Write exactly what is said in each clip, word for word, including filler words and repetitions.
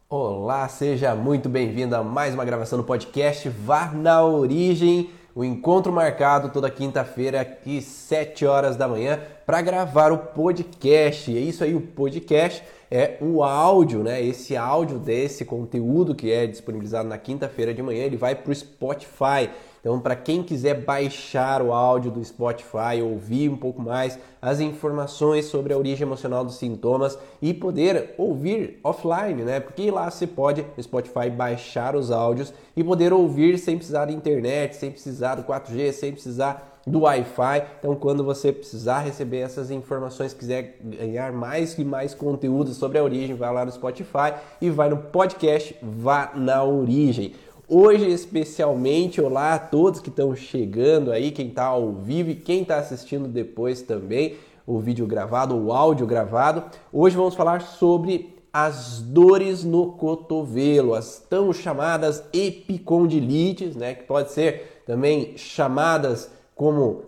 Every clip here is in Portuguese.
Olá, seja muito bem-vindo a mais uma gravação do podcast Vá na Origem, o encontro marcado toda quinta-feira aqui sete horas da manhã para gravar o podcast. É isso aí, o podcast é o áudio, né? Esse áudio desse conteúdo que é disponibilizado na quinta-feira de manhã, ele vai para o Spotify. Então, para quem quiser baixar o áudio do Spotify, ouvir um pouco mais as informações sobre a origem emocional dos sintomas e poder ouvir offline, né? Porque lá você pode, no Spotify, baixar os áudios e poder ouvir sem precisar da internet, sem precisar do quatro G, sem precisar do Wi-Fi. Então, quando você precisar receber essas informações, quiser ganhar mais e mais conteúdo sobre a origem, vai lá no Spotify e vai no podcast Vá na Origem. Hoje, especialmente, olá a todos que estão chegando aí, quem está ao vivo e quem está assistindo depois também, o vídeo gravado, o áudio gravado. Hoje vamos falar sobre as dores no cotovelo, as tão chamadas epicondilites, né, que pode ser também chamadas como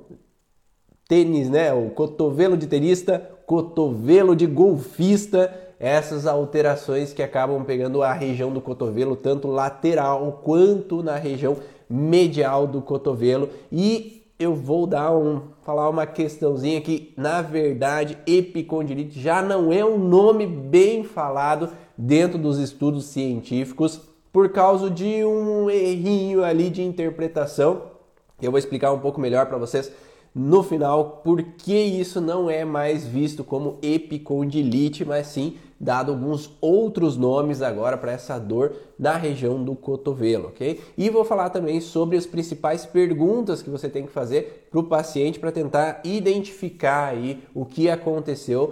tênis, né, o cotovelo de tenista, cotovelo de golfista, essas alterações que acabam pegando a região do cotovelo, tanto lateral quanto na região medial do cotovelo. E eu vou dar um, falar uma questãozinha que, na verdade, epicondilite já não é um nome bem falado dentro dos estudos científicos por causa de um errinho ali de interpretação. Eu vou explicar um pouco melhor para vocês no final por que isso não é mais visto como epicondilite, mas sim dado alguns outros nomes agora para essa dor na região do cotovelo, ok? E vou falar também sobre as principais perguntas que você tem que fazer para o paciente para tentar identificar aí o que aconteceu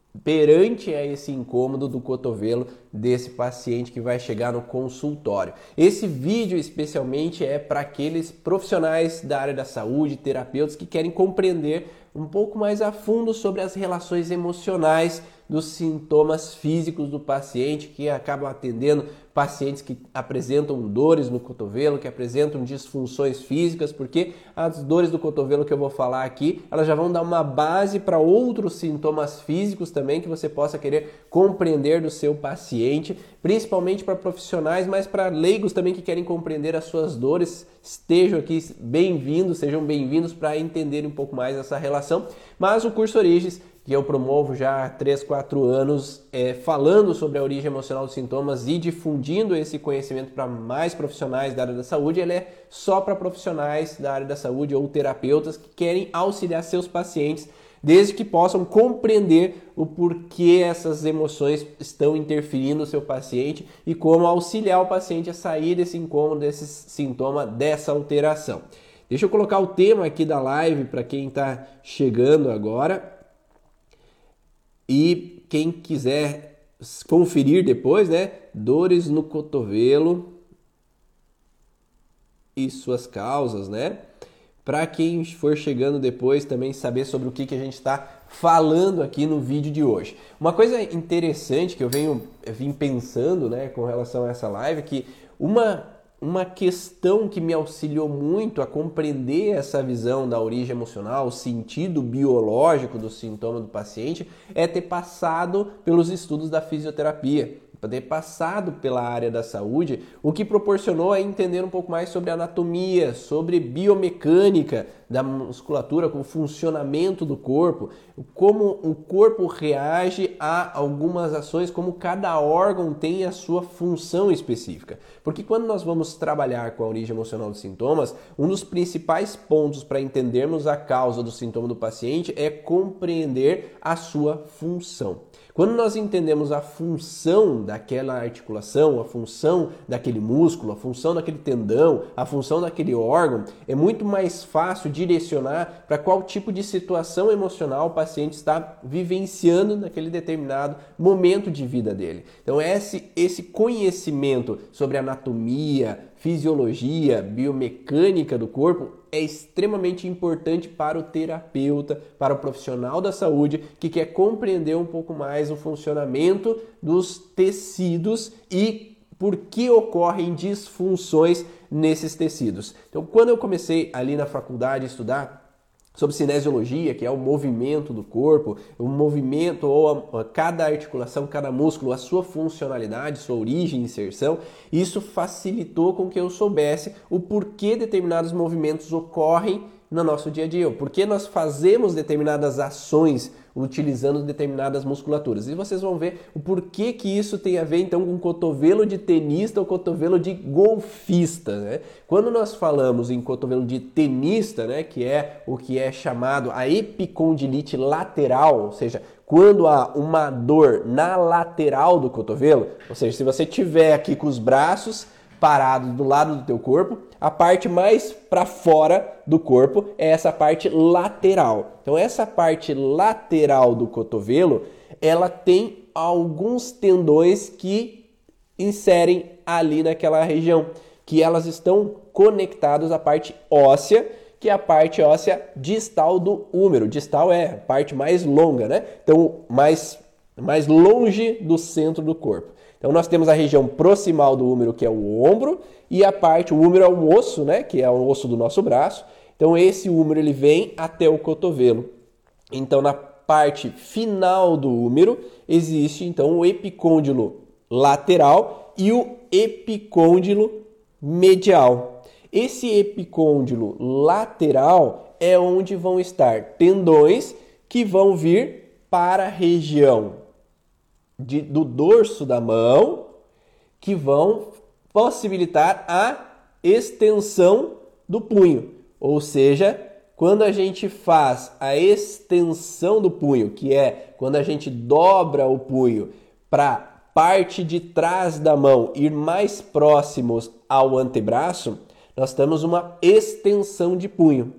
perante a esse incômodo do cotovelo desse paciente que vai chegar no consultório. Esse vídeo especialmente é para aqueles profissionais da área da saúde, terapeutas que querem compreender um pouco mais a fundo sobre as relações emocionais dos sintomas físicos do paciente, que acabam atendendo pacientes que apresentam dores no cotovelo, que apresentam disfunções físicas, porque as dores do cotovelo que eu vou falar aqui, elas já vão dar uma base para outros sintomas físicos também que você possa querer compreender do seu paciente, principalmente para profissionais, mas para leigos também que querem compreender as suas dores. Estejam aqui bem-vindos, sejam bem-vindos para entenderem um pouco mais essa relação. Mas o curso Origens, que eu promovo já há três, quatro anos, é, falando sobre a origem emocional dos sintomas e difundindo esse conhecimento para mais profissionais da área da saúde, ele é só para profissionais da área da saúde ou terapeutas que querem auxiliar seus pacientes, desde que possam compreender o porquê essas emoções estão interferindo no seu paciente e como auxiliar o paciente a sair desse incômodo, desse sintoma, dessa alteração. Deixa eu colocar o tema aqui da live para quem está chegando agora. E quem quiser conferir depois, né? Dores no cotovelo e suas causas, né? Para quem for chegando depois também saber sobre o que, que a gente está falando aqui no vídeo de hoje. Uma coisa interessante que eu venho eu vim pensando, né, com relação a essa live, é que uma... Uma questão que me auxiliou muito a compreender essa visão da origem emocional, o sentido biológico do sintoma do paciente, é ter passado pelos estudos da fisioterapia, ter passado pela área da saúde, o que proporcionou a entender um pouco mais sobre anatomia, sobre biomecânica da musculatura, com o funcionamento do corpo, como o corpo reage a algumas ações, como cada órgão tem a sua função específica. Porque quando nós vamos trabalhar com a origem emocional dos sintomas, um dos principais pontos para entendermos a causa do sintoma do paciente é compreender a sua função. Quando nós entendemos a função daquela articulação, a função daquele músculo, a função daquele tendão, a função daquele órgão, é muito mais fácil direcionar para qual tipo de situação emocional o paciente está vivenciando naquele determinado momento de vida dele. Então esse, esse conhecimento sobre anatomia, fisiologia, biomecânica do corpo é extremamente importante para o terapeuta, para o profissional da saúde que quer compreender um pouco mais o funcionamento dos tecidos e por que ocorrem disfunções nesses tecidos. Então, quando eu comecei ali na faculdade a estudar sobre cinesiologia, que é o movimento do corpo, o movimento ou a, a, cada articulação, cada músculo, a sua funcionalidade, sua origem e inserção. Isso facilitou com que eu soubesse o porquê determinados movimentos ocorrem no nosso dia a dia, por que nós fazemos determinadas ações utilizando determinadas musculaturas. E vocês vão ver o porquê que isso tem a ver então com cotovelo de tenista ou cotovelo de golfista, né? Quando nós falamos em cotovelo de tenista, né, que é o que é chamado a epicondilite lateral, ou seja, quando há uma dor na lateral do cotovelo, ou seja, se você tiver aqui com os braços parados do lado do teu corpo, a parte mais para fora do corpo é essa parte lateral. Então essa parte lateral do cotovelo, ela tem alguns tendões que inserem ali naquela região, que elas estão conectados à parte óssea, que é a parte óssea distal do húmero. Distal é a parte mais longa, né? Então mais, mais longe do centro do corpo. Então nós temos a região proximal do húmero, que é o ombro, e a parte, o húmero é um osso, né, que é o osso do nosso braço. Então esse húmero ele vem até o cotovelo. Então na parte final do húmero existe então o epicôndilo lateral e o epicôndilo medial. Esse epicôndilo lateral é onde vão estar tendões que vão vir para a região De, do dorso da mão, que vão possibilitar a extensão do punho. Ou seja, quando a gente faz a extensão do punho, que é quando a gente dobra o punho para a parte de trás da mão ir mais próximos ao antebraço, nós temos uma extensão de punho.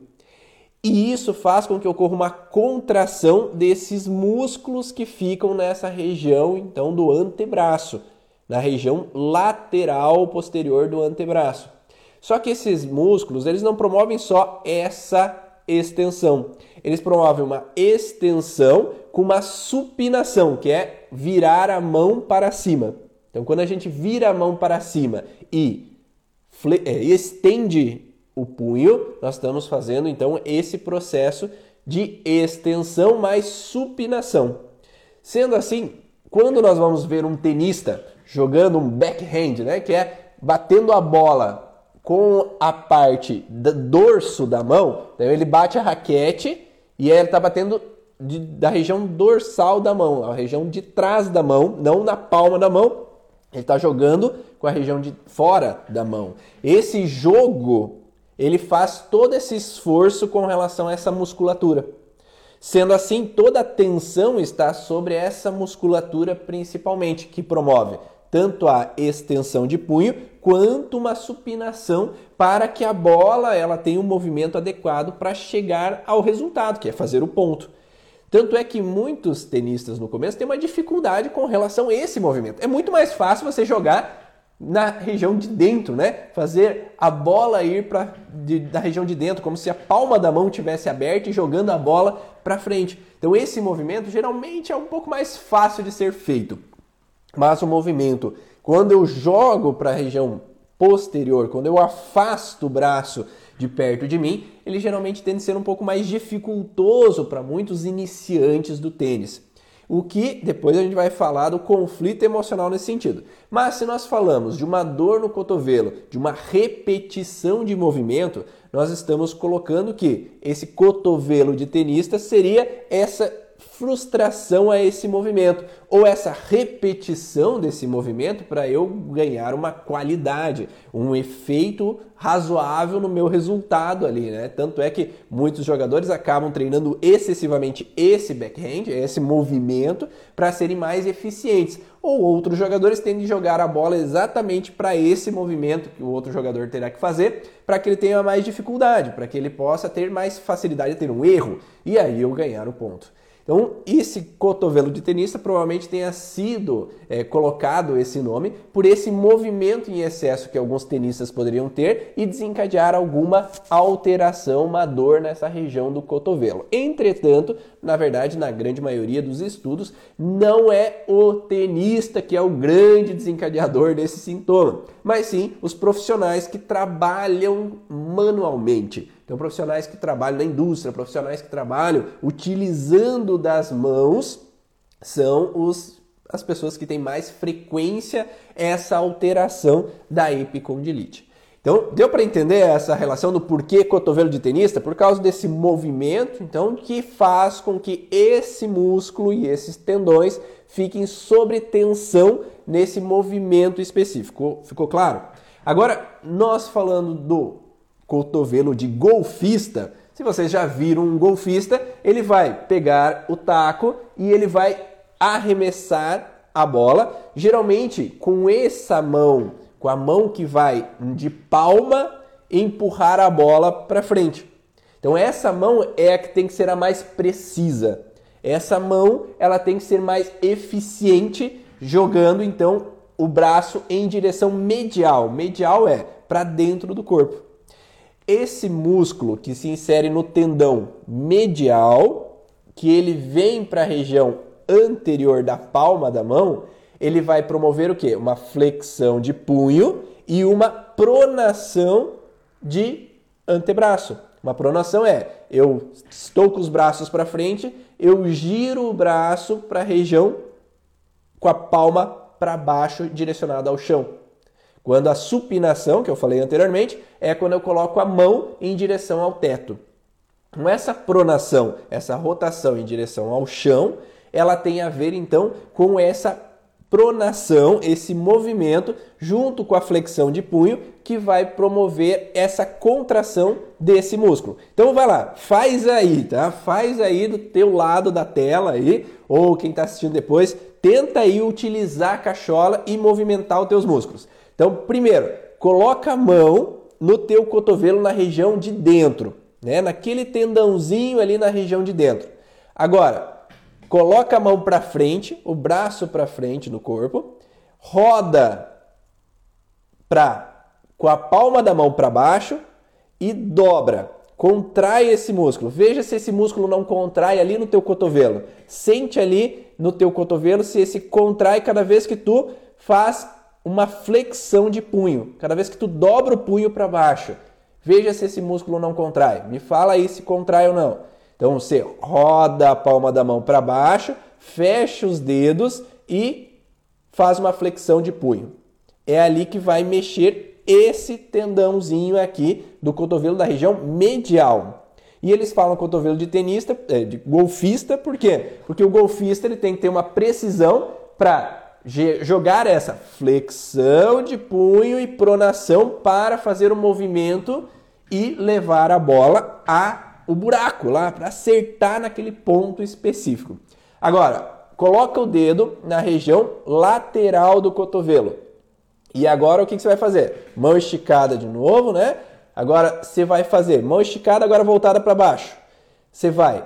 E isso faz com que ocorra uma contração desses músculos que ficam nessa região, então, do antebraço, na região lateral posterior do antebraço. Só que esses músculos, eles não promovem só essa extensão. Eles promovem uma extensão com uma supinação, que é virar a mão para cima. Então, quando a gente vira a mão para cima e estende o punho, nós estamos fazendo então esse processo de extensão mais supinação. Sendo assim, quando nós vamos ver um tenista jogando um backhand, né, que é batendo a bola com a parte do dorso da mão, então ele bate a raquete e aí ele está batendo de, da região dorsal da mão, a região de trás da mão, não na palma da mão, ele está jogando com a região de fora da mão. Esse jogo ele faz todo esse esforço com relação a essa musculatura. Sendo assim, toda a tensão está sobre essa musculatura principalmente, que promove tanto a extensão de punho quanto uma supinação para que a bola ela tenha um movimento adequado para chegar ao resultado, que é fazer o ponto. Tanto é que muitos tenistas no começo têm uma dificuldade com relação a esse movimento. É muito mais fácil você jogar na região de dentro, né? Fazer a bola ir para da região de dentro, como se a palma da mão tivesse aberta e jogando a bola para frente. Então esse movimento geralmente é um pouco mais fácil de ser feito. Mas o movimento, quando eu jogo para a região posterior, quando eu afasto o braço de perto de mim, ele geralmente tende a ser um pouco mais dificultoso para muitos iniciantes do tênis. O que depois a gente vai falar do conflito emocional nesse sentido. Mas se nós falamos de uma dor no cotovelo, de uma repetição de movimento, nós estamos colocando que esse cotovelo de tenista seria essa frustração a esse movimento, ou essa repetição desse movimento para eu ganhar uma qualidade, um efeito razoável no meu resultado ali, né? Tanto é que muitos jogadores acabam treinando excessivamente esse backhand, esse movimento, para serem mais eficientes. Ou outros jogadores tendem a jogar a bola exatamente para esse movimento que o outro jogador terá que fazer, para que ele tenha mais dificuldade, para que ele possa ter mais facilidade de ter um erro, e aí eu ganhar o ponto. Então, esse cotovelo de tenista provavelmente tenha sido é, colocado esse nome por esse movimento em excesso que alguns tenistas poderiam ter e desencadear alguma alteração, uma dor nessa região do cotovelo. Entretanto, na verdade, na grande maioria dos estudos, não é o tenista que é o grande desencadeador desse sintoma, mas sim os profissionais que trabalham manualmente. Então, profissionais que trabalham na indústria, profissionais que trabalham utilizando das mãos, são os, as pessoas que têm mais frequência essa alteração da epicondilite. Então, deu para entender essa relação do porquê cotovelo de tenista? Por causa desse movimento, então, que faz com que esse músculo e esses tendões fiquem sob tensão nesse movimento específico. Ficou claro? Agora, nós falando do cotovelo de golfista, se vocês já viram um golfista, ele vai pegar o taco e ele vai arremessar a bola, geralmente com essa mão, com a mão que vai de palma empurrar a bola para frente. Então essa mão é a que tem que ser a mais precisa. Essa mão ela tem que ser mais eficiente, jogando então o braço em direção medial. Medial é para dentro do corpo. Esse músculo que se insere no tendão medial, que ele vem para a região anterior da palma da mão, ele vai promover o quê? Uma flexão de punho e uma pronação de antebraço. Uma pronação é, eu estou com os braços para frente, eu giro o braço para a região com a palma para baixo direcionada ao chão. Quando a supinação, que eu falei anteriormente, é quando eu coloco a mão em direção ao teto. Com essa pronação, essa rotação em direção ao chão, ela tem a ver então com essa pronação, esse movimento, junto com a flexão de punho, que vai promover essa contração desse músculo. Então vai lá, faz aí, tá? Faz aí do teu lado da tela aí, ou quem está assistindo depois, tenta aí utilizar a cachola e movimentar os teus músculos. Então, primeiro, coloca a mão no teu cotovelo na região de dentro, né? Naquele tendãozinho ali na região de dentro. Agora, coloca a mão para frente, o braço para frente no corpo, roda pra, com a palma da mão para baixo e dobra. Contrai esse músculo. Veja se esse músculo não contrai ali no teu cotovelo. Sente ali no teu cotovelo se esse contrai cada vez que tu faz uma flexão de punho. Cada vez que tu dobra o punho para baixo. Veja se esse músculo não contrai. Me fala aí se contrai ou não. Então você roda a palma da mão para baixo, fecha os dedos e faz uma flexão de punho. É ali que vai mexer esse tendãozinho aqui do cotovelo da região medial. E eles falam cotovelo de tenista, de golfista, por quê? Porque o golfista ele tem que ter uma precisão para jogar essa flexão de punho e pronação para fazer o movimento e levar a bola a o buraco lá, para acertar naquele ponto específico. Agora, coloca o dedo na região lateral do cotovelo. E agora o que você vai fazer? Mão esticada de novo, né? Agora você vai fazer mão esticada, agora voltada para baixo. Você vai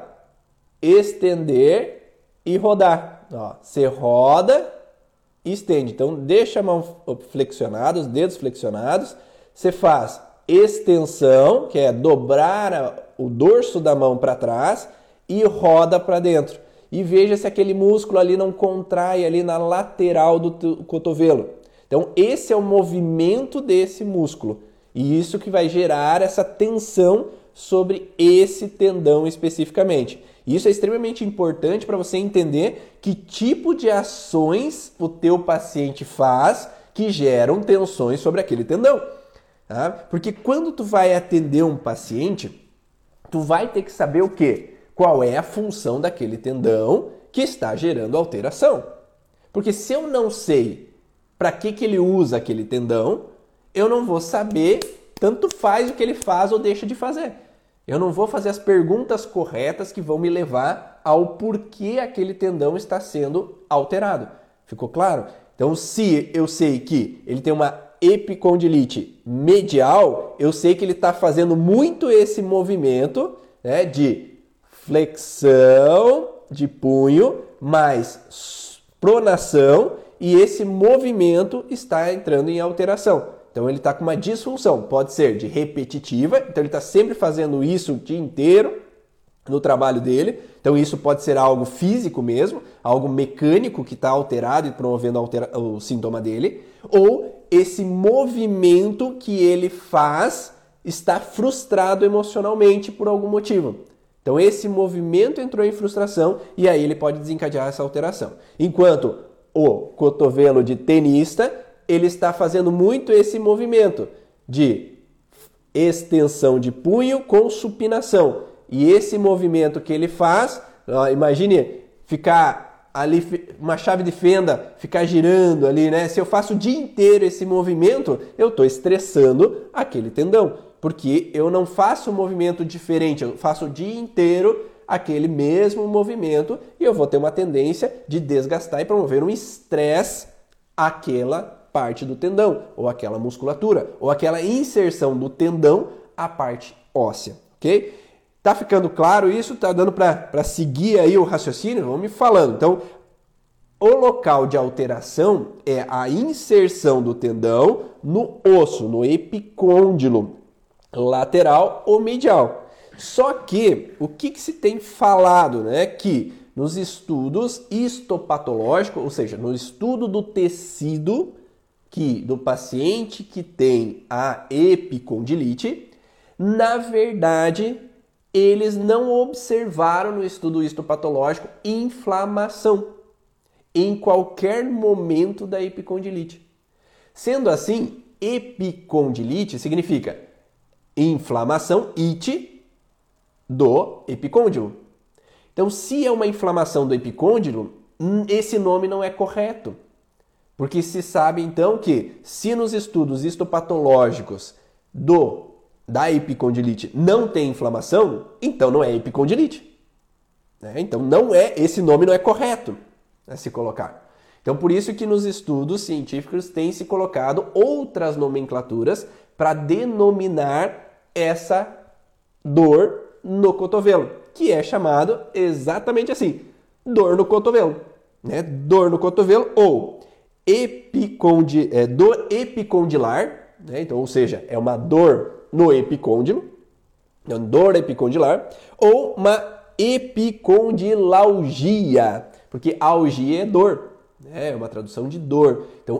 estender e rodar. Ó, você roda e estende. Então, deixa a mão flexionada, os dedos flexionados. Você faz extensão, que é dobrar a, o dorso da mão para trás e roda para dentro. E veja se aquele músculo ali não contrai ali na lateral do teu cotovelo. Então, esse é o movimento desse músculo. E isso que vai gerar essa tensão sobre esse tendão especificamente. Isso é extremamente importante para você entender que tipo de ações o teu paciente faz que geram tensões sobre aquele tendão. Tá? Porque quando tu vai atender um paciente, tu vai ter que saber o quê? Qual é a função daquele tendão que está gerando alteração. Porque se eu não sei para que, que ele usa aquele tendão, eu não vou saber, tanto faz o que ele faz ou deixa de fazer. Eu não vou fazer as perguntas corretas que vão me levar ao porquê aquele tendão está sendo alterado. Ficou claro? Então, se eu sei que ele tem uma epicondilite medial, eu sei que ele está fazendo muito esse movimento, né, de flexão de punho mais pronação, e esse movimento está entrando em alteração. Então ele está com uma disfunção, pode ser de repetitiva, então ele está sempre fazendo isso o dia inteiro no trabalho dele, então isso pode ser algo físico mesmo, algo mecânico que está alterado e promovendo altera- o sintoma dele, ou esse movimento que ele faz está frustrado emocionalmente por algum motivo. Então esse movimento entrou em frustração e aí ele pode desencadear essa alteração. Enquanto o cotovelo de tenista, ele está fazendo muito esse movimento de extensão de punho com supinação. E esse movimento que ele faz, ó, imagine ficar ali, uma chave de fenda, ficar girando ali, né? Se eu faço o dia inteiro esse movimento, eu estou estressando aquele tendão. Porque eu não faço um movimento diferente, eu faço o dia inteiro aquele mesmo movimento e eu vou ter uma tendência de desgastar e promover um estresse àquela parte do tendão, ou aquela musculatura, ou aquela inserção do tendão à parte óssea, ok? Tá ficando claro isso? Tá dando para seguir aí o raciocínio? Vamos me falando. Então, o local de alteração é a inserção do tendão no osso, no epicôndilo lateral ou medial. Só que o que, que se tem falado, né? Que nos estudos histopatológicos, ou seja, no estudo do tecido que do paciente que tem a epicondilite, na verdade, eles não observaram no estudo histopatológico inflamação em qualquer momento da epicondilite. Sendo assim, epicondilite significa inflamação, it, do epicôndilo. Então, se é uma inflamação do epicôndilo, esse nome não é correto. Porque se sabe, então, que se nos estudos histopatológicos do, da epicondilite não tem inflamação, então não é epicondilite. Né? Então, não é, esse nome não é correto a se colocar. Então, por isso que nos estudos científicos tem se colocado outras nomenclaturas para denominar essa dor no cotovelo, que é chamado exatamente assim, dor no cotovelo, né? Dor no cotovelo ou epicondi, é, dor epicondilar, né? Então, ou seja, é uma dor no epicôndilo, é uma dor epicondilar, ou uma epicondilalgia, porque algia é dor, né? É uma tradução de dor. Então,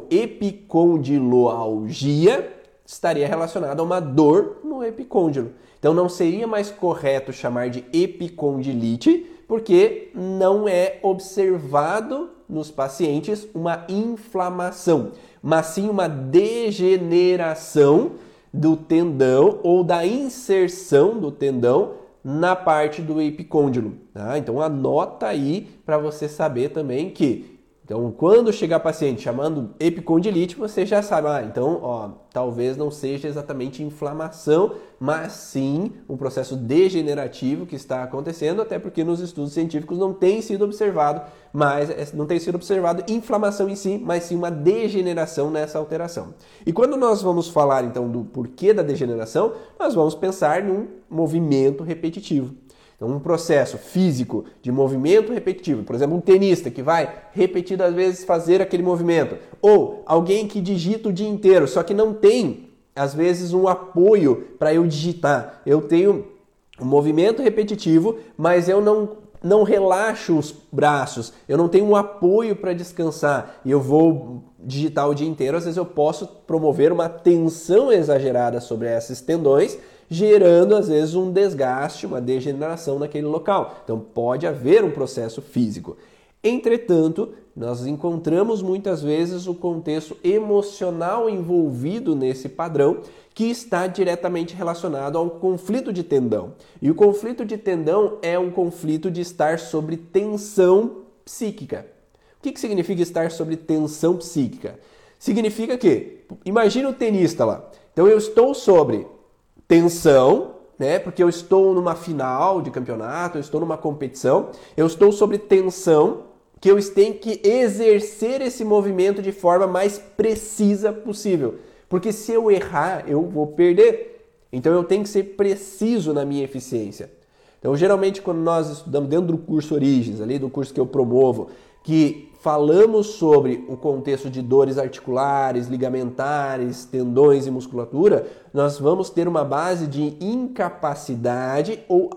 epicondilalgia estaria relacionado a uma dor no epicôndilo. Então não seria mais correto chamar de epicondilite, porque não é observado nos pacientes uma inflamação, mas sim uma degeneração do tendão ou da inserção do tendão na parte do epicôndilo. Tá? Então anota aí para você saber também que então, quando chegar paciente chamando epicondilite, você já sabe, ah, então, ó, talvez não seja exatamente inflamação, mas sim um processo degenerativo que está acontecendo, até porque nos estudos científicos não tem sido observado, mas não tem sido observado inflamação em si, mas sim uma degeneração nessa alteração. E quando nós vamos falar, então, do porquê da degeneração, nós vamos pensar num movimento repetitivo. Então, um processo físico de movimento repetitivo, por exemplo, um tenista que vai repetidas vezes fazer aquele movimento, ou alguém que digita o dia inteiro, só que não tem, às vezes, um apoio para eu digitar. Eu tenho um movimento repetitivo, mas eu não, não relaxo os braços, eu não tenho um apoio para descansar e eu vou digitar o dia inteiro. Às vezes eu posso promover uma tensão exagerada sobre esses tendões, gerando, às vezes, um desgaste, uma degeneração naquele local. Então, pode haver um processo físico. Entretanto, nós encontramos muitas vezes o contexto emocional envolvido nesse padrão, que está diretamente relacionado ao conflito de tendão. E o conflito de tendão é um conflito de estar sob tensão psíquica. O que, que significa estar sob tensão psíquica? Significa que, imagina o tenista lá. Então, eu estou sobre tensão, né? Porque eu estou numa final de campeonato, eu estou numa competição, eu estou sob tensão, que eu tenho que exercer esse movimento de forma mais precisa possível. Porque se eu errar, eu vou perder. Então eu tenho que ser preciso na minha eficiência. Então, geralmente, quando nós estudamos dentro do curso Origens, ali do curso que eu promovo, que falamos sobre o contexto de dores articulares, ligamentares, tendões e musculatura, nós vamos ter uma base de incapacidade ou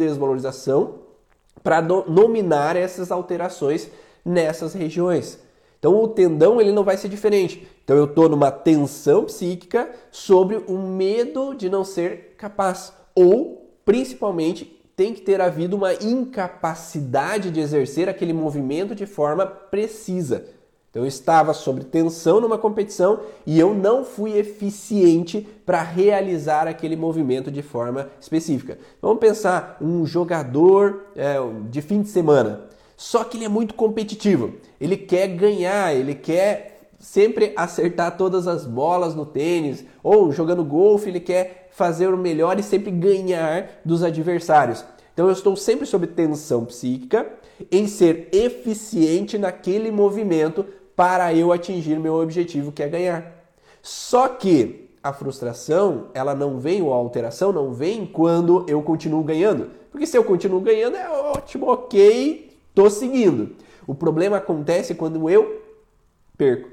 autodesvalorização para nominar essas alterações nessas regiões. Então o tendão ele não vai ser diferente. Então eu estou numa tensão psíquica sobre o medo de não ser capaz. Ou, principalmente, tem que ter havido uma incapacidade de exercer aquele movimento de forma precisa. Então eu estava sob tensão numa competição e eu não fui eficiente para realizar aquele movimento de forma específica. Vamos pensar um jogador é, de fim de semana, só que ele é muito competitivo, ele quer ganhar, ele quer sempre acertar todas as bolas no tênis, ou jogando golfe ele quer fazer o melhor e sempre ganhar dos adversários. Então eu estou sempre sob tensão psíquica em ser eficiente naquele movimento para eu atingir meu objetivo, que é ganhar. Só que a frustração, ela não vem, ou a alteração não vem quando eu continuo ganhando. Porque se eu continuo ganhando, é ótimo, ok, tô seguindo. O problema acontece quando eu perco.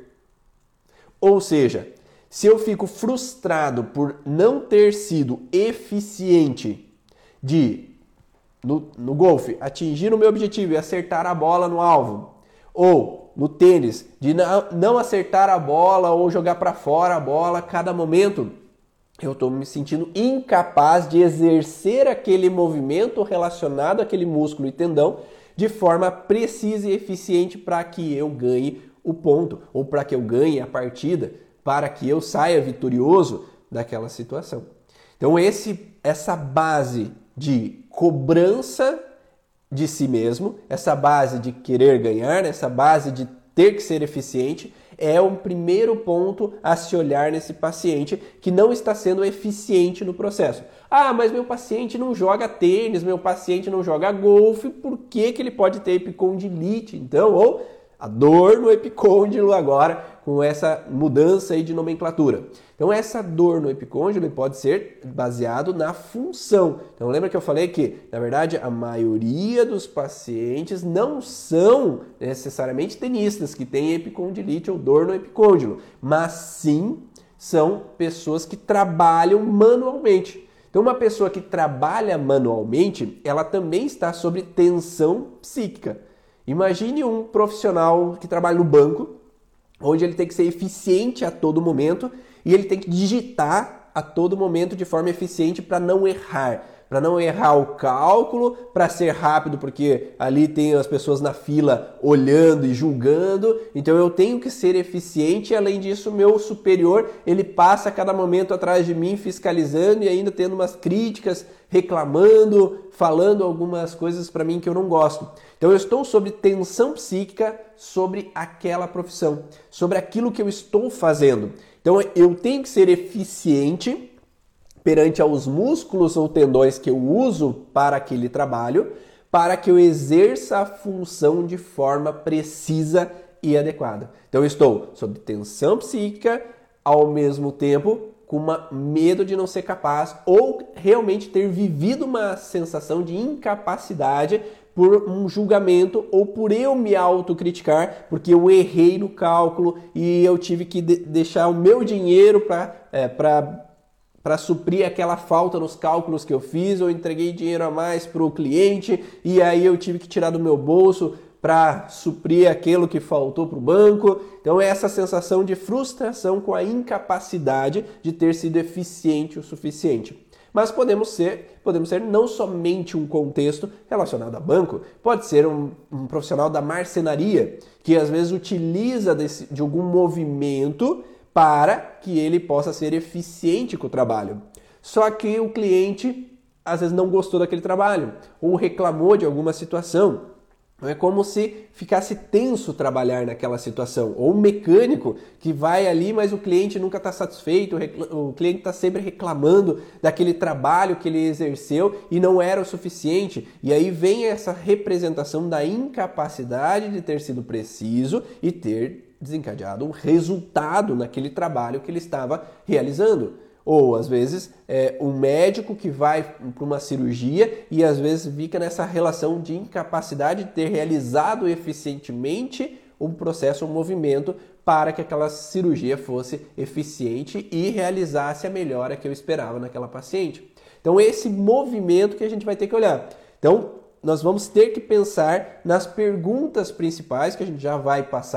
Ou seja, se eu fico frustrado por não ter sido eficiente de, no, no golfe, atingir o meu objetivo e acertar a bola no alvo, ou no tênis, de não acertar a bola ou jogar para fora a bola a cada momento, eu estou me sentindo incapaz de exercer aquele movimento relacionado àquele músculo e tendão de forma precisa e eficiente para que eu ganhe o ponto, ou para que eu ganhe a partida, para que eu saia vitorioso daquela situação. Então esse, essa base de cobrança de si mesmo, essa base de querer ganhar, essa base de ter que ser eficiente, é um primeiro ponto a se olhar nesse paciente que não está sendo eficiente no processo. Ah, mas meu paciente não joga tênis, meu paciente não joga golfe, por que que ele pode ter epicondilite? Então, ou a dor no epicôndilo agora com essa mudança aí de nomenclatura. Então essa dor no epicôndilo pode ser baseado na função. Então lembra que eu falei que, na verdade, a maioria dos pacientes não são necessariamente tenistas que têm epicondilite ou dor no epicôndilo, mas sim são pessoas que trabalham manualmente. Então uma pessoa que trabalha manualmente, ela também está sob tensão psíquica. Imagine um profissional que trabalha no banco, onde ele tem que ser eficiente a todo momento e ele tem que digitar a todo momento de forma eficiente para não errar. Para não errar o cálculo, para ser rápido, porque ali tem as pessoas na fila olhando e julgando. Então eu tenho que ser eficiente e, além disso, meu superior, ele passa a cada momento atrás de mim fiscalizando e ainda tendo umas críticas, reclamando, falando algumas coisas para mim que eu não gosto. Então eu estou sob tensão psíquica sobre aquela profissão, sobre aquilo que eu estou fazendo. Então eu tenho que ser eficiente perante aos músculos ou tendões que eu uso para aquele trabalho, para que eu exerça a função de forma precisa e adequada. Então eu estou sob tensão psíquica, ao mesmo tempo com uma medo de não ser capaz ou realmente ter vivido uma sensação de incapacidade por um julgamento ou por eu me autocriticar, porque eu errei no cálculo e eu tive que de- deixar o meu dinheiro para é, para para suprir aquela falta nos cálculos que eu fiz, ou entreguei dinheiro a mais para o cliente e aí eu tive que tirar do meu bolso para suprir aquilo que faltou para o banco. Então é essa sensação de frustração com a incapacidade de ter sido eficiente o suficiente. Mas podemos ser, podemos ser não somente um contexto relacionado a banco, pode ser um, um profissional da marcenaria que às vezes utiliza desse, de algum movimento para que ele possa ser eficiente com o trabalho. Só que o cliente às vezes não gostou daquele trabalho ou reclamou de alguma situação. É como se ficasse tenso trabalhar naquela situação. Ou um mecânico que vai ali, mas o cliente nunca está satisfeito, o cliente está sempre reclamando daquele trabalho que ele exerceu e não era o suficiente. E aí vem essa representação da incapacidade de ter sido preciso e ter desencadeado um resultado naquele trabalho que ele estava realizando. Ou, às vezes, é um médico que vai para uma cirurgia e, às vezes, fica nessa relação de incapacidade de ter realizado eficientemente um processo, um movimento para que aquela cirurgia fosse eficiente e realizasse a melhora que eu esperava naquela paciente. Então, esse movimento que a gente vai ter que olhar. Então, nós vamos ter que pensar nas perguntas principais que a gente já vai passar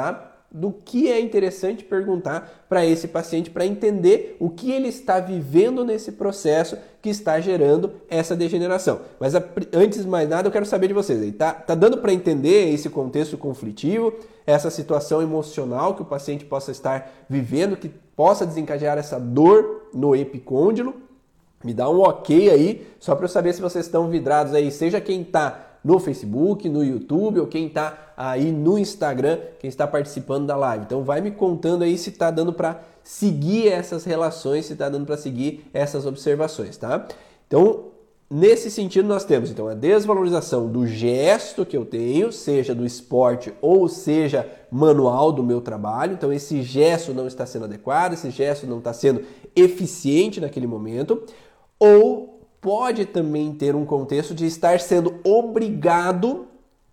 do que é interessante perguntar para esse paciente para entender o que ele está vivendo nesse processo que está gerando essa degeneração. Mas antes de mais nada, eu quero saber de vocês aí, tá, tá dando para entender esse contexto conflitivo, essa situação emocional que o paciente possa estar vivendo, que possa desencadear essa dor no epicôndilo? Me dá um ok aí, só para eu saber se vocês estão vidrados aí, seja quem está no Facebook, no YouTube ou quem está aí no Instagram, quem está participando da live. Então vai me contando aí se está dando para seguir essas relações, se está dando para seguir essas observações, tá? Então, nesse sentido nós temos então a desvalorização do gesto que eu tenho, seja do esporte ou seja manual do meu trabalho. Então esse gesto não está sendo adequado, esse gesto não está sendo eficiente naquele momento, ou pode também ter um contexto de estar sendo obrigado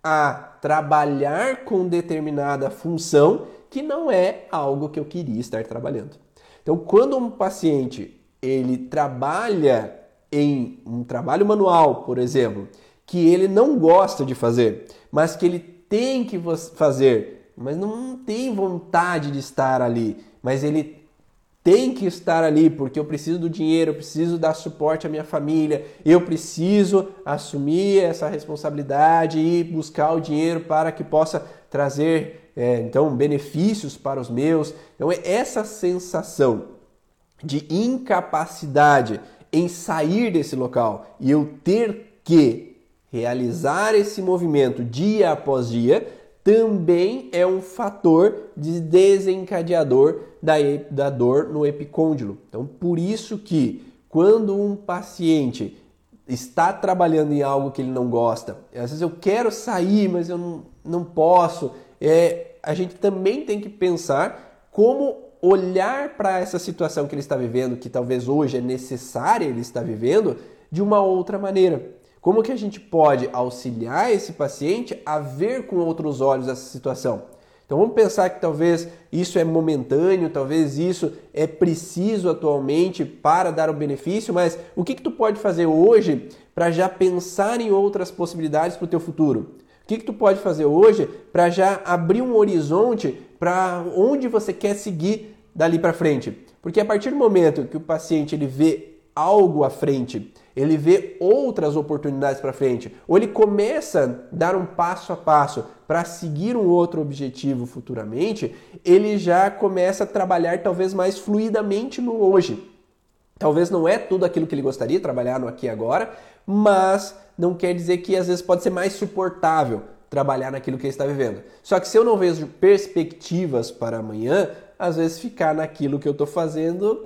a trabalhar com determinada função que não é algo que eu queria estar trabalhando. Então, quando um paciente ele trabalha em um trabalho manual, por exemplo, que ele não gosta de fazer, mas que ele tem que fazer, mas não tem vontade de estar ali, mas ele tem que estar ali porque eu preciso do dinheiro, eu preciso dar suporte à minha família, eu preciso assumir essa responsabilidade e buscar o dinheiro para que possa trazer é, então benefícios para os meus. Então é essa sensação de incapacidade em sair desse local e eu ter que realizar esse movimento dia após dia também é um fator de desencadeador da, da dor no epicôndilo. Então, por isso que quando um paciente está trabalhando em algo que ele não gosta, às vezes eu quero sair, mas eu não, não posso, é, a gente também tem que pensar como olhar para essa situação que ele está vivendo, que talvez hoje é necessária ele estar vivendo, de uma outra maneira. Como que a gente pode auxiliar esse paciente a ver com outros olhos essa situação? Então vamos pensar que talvez isso é momentâneo, talvez isso é preciso atualmente para dar o benefício, mas o que que tu pode fazer hoje para já pensar em outras possibilidades para o teu futuro? O que que tu pode fazer hoje para já abrir um horizonte para onde você quer seguir dali para frente? Porque a partir do momento que o paciente ele vê algo à frente, ele vê outras oportunidades para frente, ou ele começa a dar um passo a passo para seguir um outro objetivo futuramente, ele já começa a trabalhar talvez mais fluidamente no hoje. Talvez não é tudo aquilo que ele gostaria de trabalhar no aqui e agora, mas não quer dizer que às vezes pode ser mais suportável trabalhar naquilo que ele está vivendo. Só que se eu não vejo perspectivas para amanhã, às vezes ficar naquilo que eu estou fazendo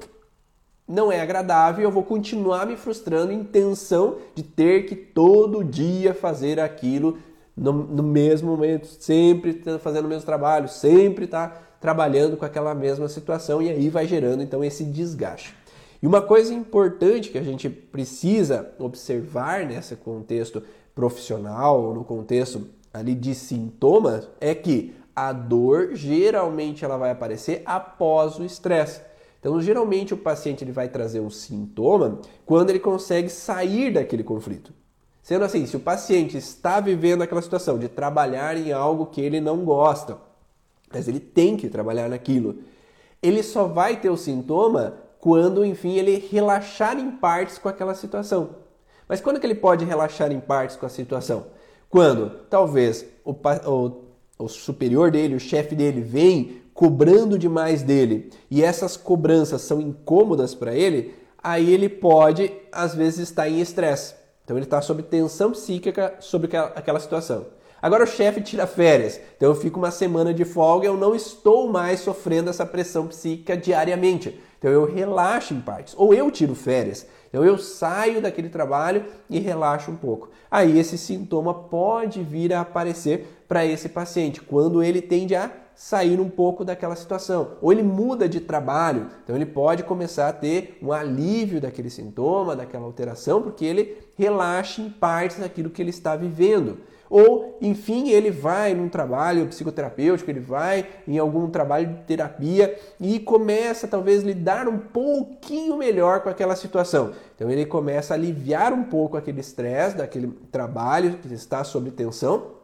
não é agradável e eu vou continuar me frustrando em tensão de ter que todo dia fazer aquilo no, no mesmo momento, sempre fazendo o mesmo trabalho, sempre tá trabalhando com aquela mesma situação e aí vai gerando então esse desgaste. E uma coisa importante que a gente precisa observar nesse contexto profissional ou no contexto ali de sintomas é que a dor geralmente ela vai aparecer após o estresse. Então, geralmente o paciente ele vai trazer um sintoma quando ele consegue sair daquele conflito. Sendo assim, se o paciente está vivendo aquela situação de trabalhar em algo que ele não gosta, mas ele tem que trabalhar naquilo, ele só vai ter o sintoma quando, enfim, ele relaxar em partes com aquela situação. Mas quando que ele pode relaxar em partes com a situação? Quando talvez o, o, o superior dele, o chefe dele, vem cobrando demais dele e essas cobranças são incômodas para ele, aí ele pode, às vezes, estar em estresse. Então ele está sob tensão psíquica sobre aquela situação. Agora o chefe tira férias, então eu fico uma semana de folga e eu não estou mais sofrendo essa pressão psíquica diariamente. Então eu relaxo em partes, ou eu tiro férias. Então eu saio daquele trabalho e relaxo um pouco. Aí esse sintoma pode vir a aparecer para esse paciente, quando ele tende a sair um pouco daquela situação. Ou ele muda de trabalho, então ele pode começar a ter um alívio daquele sintoma, daquela alteração, porque ele relaxa em partes daquilo que ele está vivendo. Ou, enfim, ele vai num trabalho psicoterapêutico, ele vai em algum trabalho de terapia e começa talvez a lidar um pouquinho melhor com aquela situação. Então ele começa a aliviar um pouco aquele estresse daquele trabalho que está sob tensão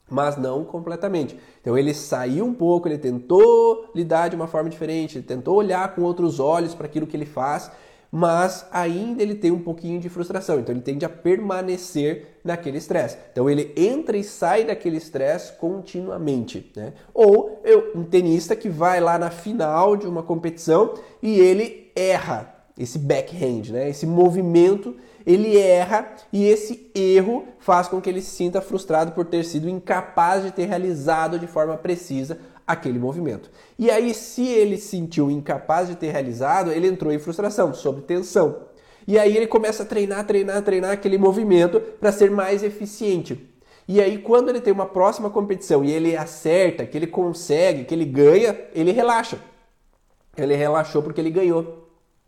mas não completamente. Então ele saiu um pouco, ele tentou lidar de uma forma diferente, ele tentou olhar com outros olhos para aquilo que ele faz, mas ainda ele tem um pouquinho de frustração, então ele tende a permanecer naquele estresse. Então ele entra e sai daquele estresse continuamente, né? Ou eu, um tenista que vai lá na final de uma competição e ele erra esse backhand, né? Esse movimento, ele erra e esse erro faz com que ele se sinta frustrado por ter sido incapaz de ter realizado de forma precisa aquele movimento. E aí, se ele se sentiu incapaz de ter realizado, ele entrou em frustração, sob tensão. E aí ele começa a treinar, treinar, treinar aquele movimento para ser mais eficiente. E aí, quando ele tem uma próxima competição e ele acerta, que ele consegue, que ele ganha, ele relaxa. Ele relaxou porque ele ganhou.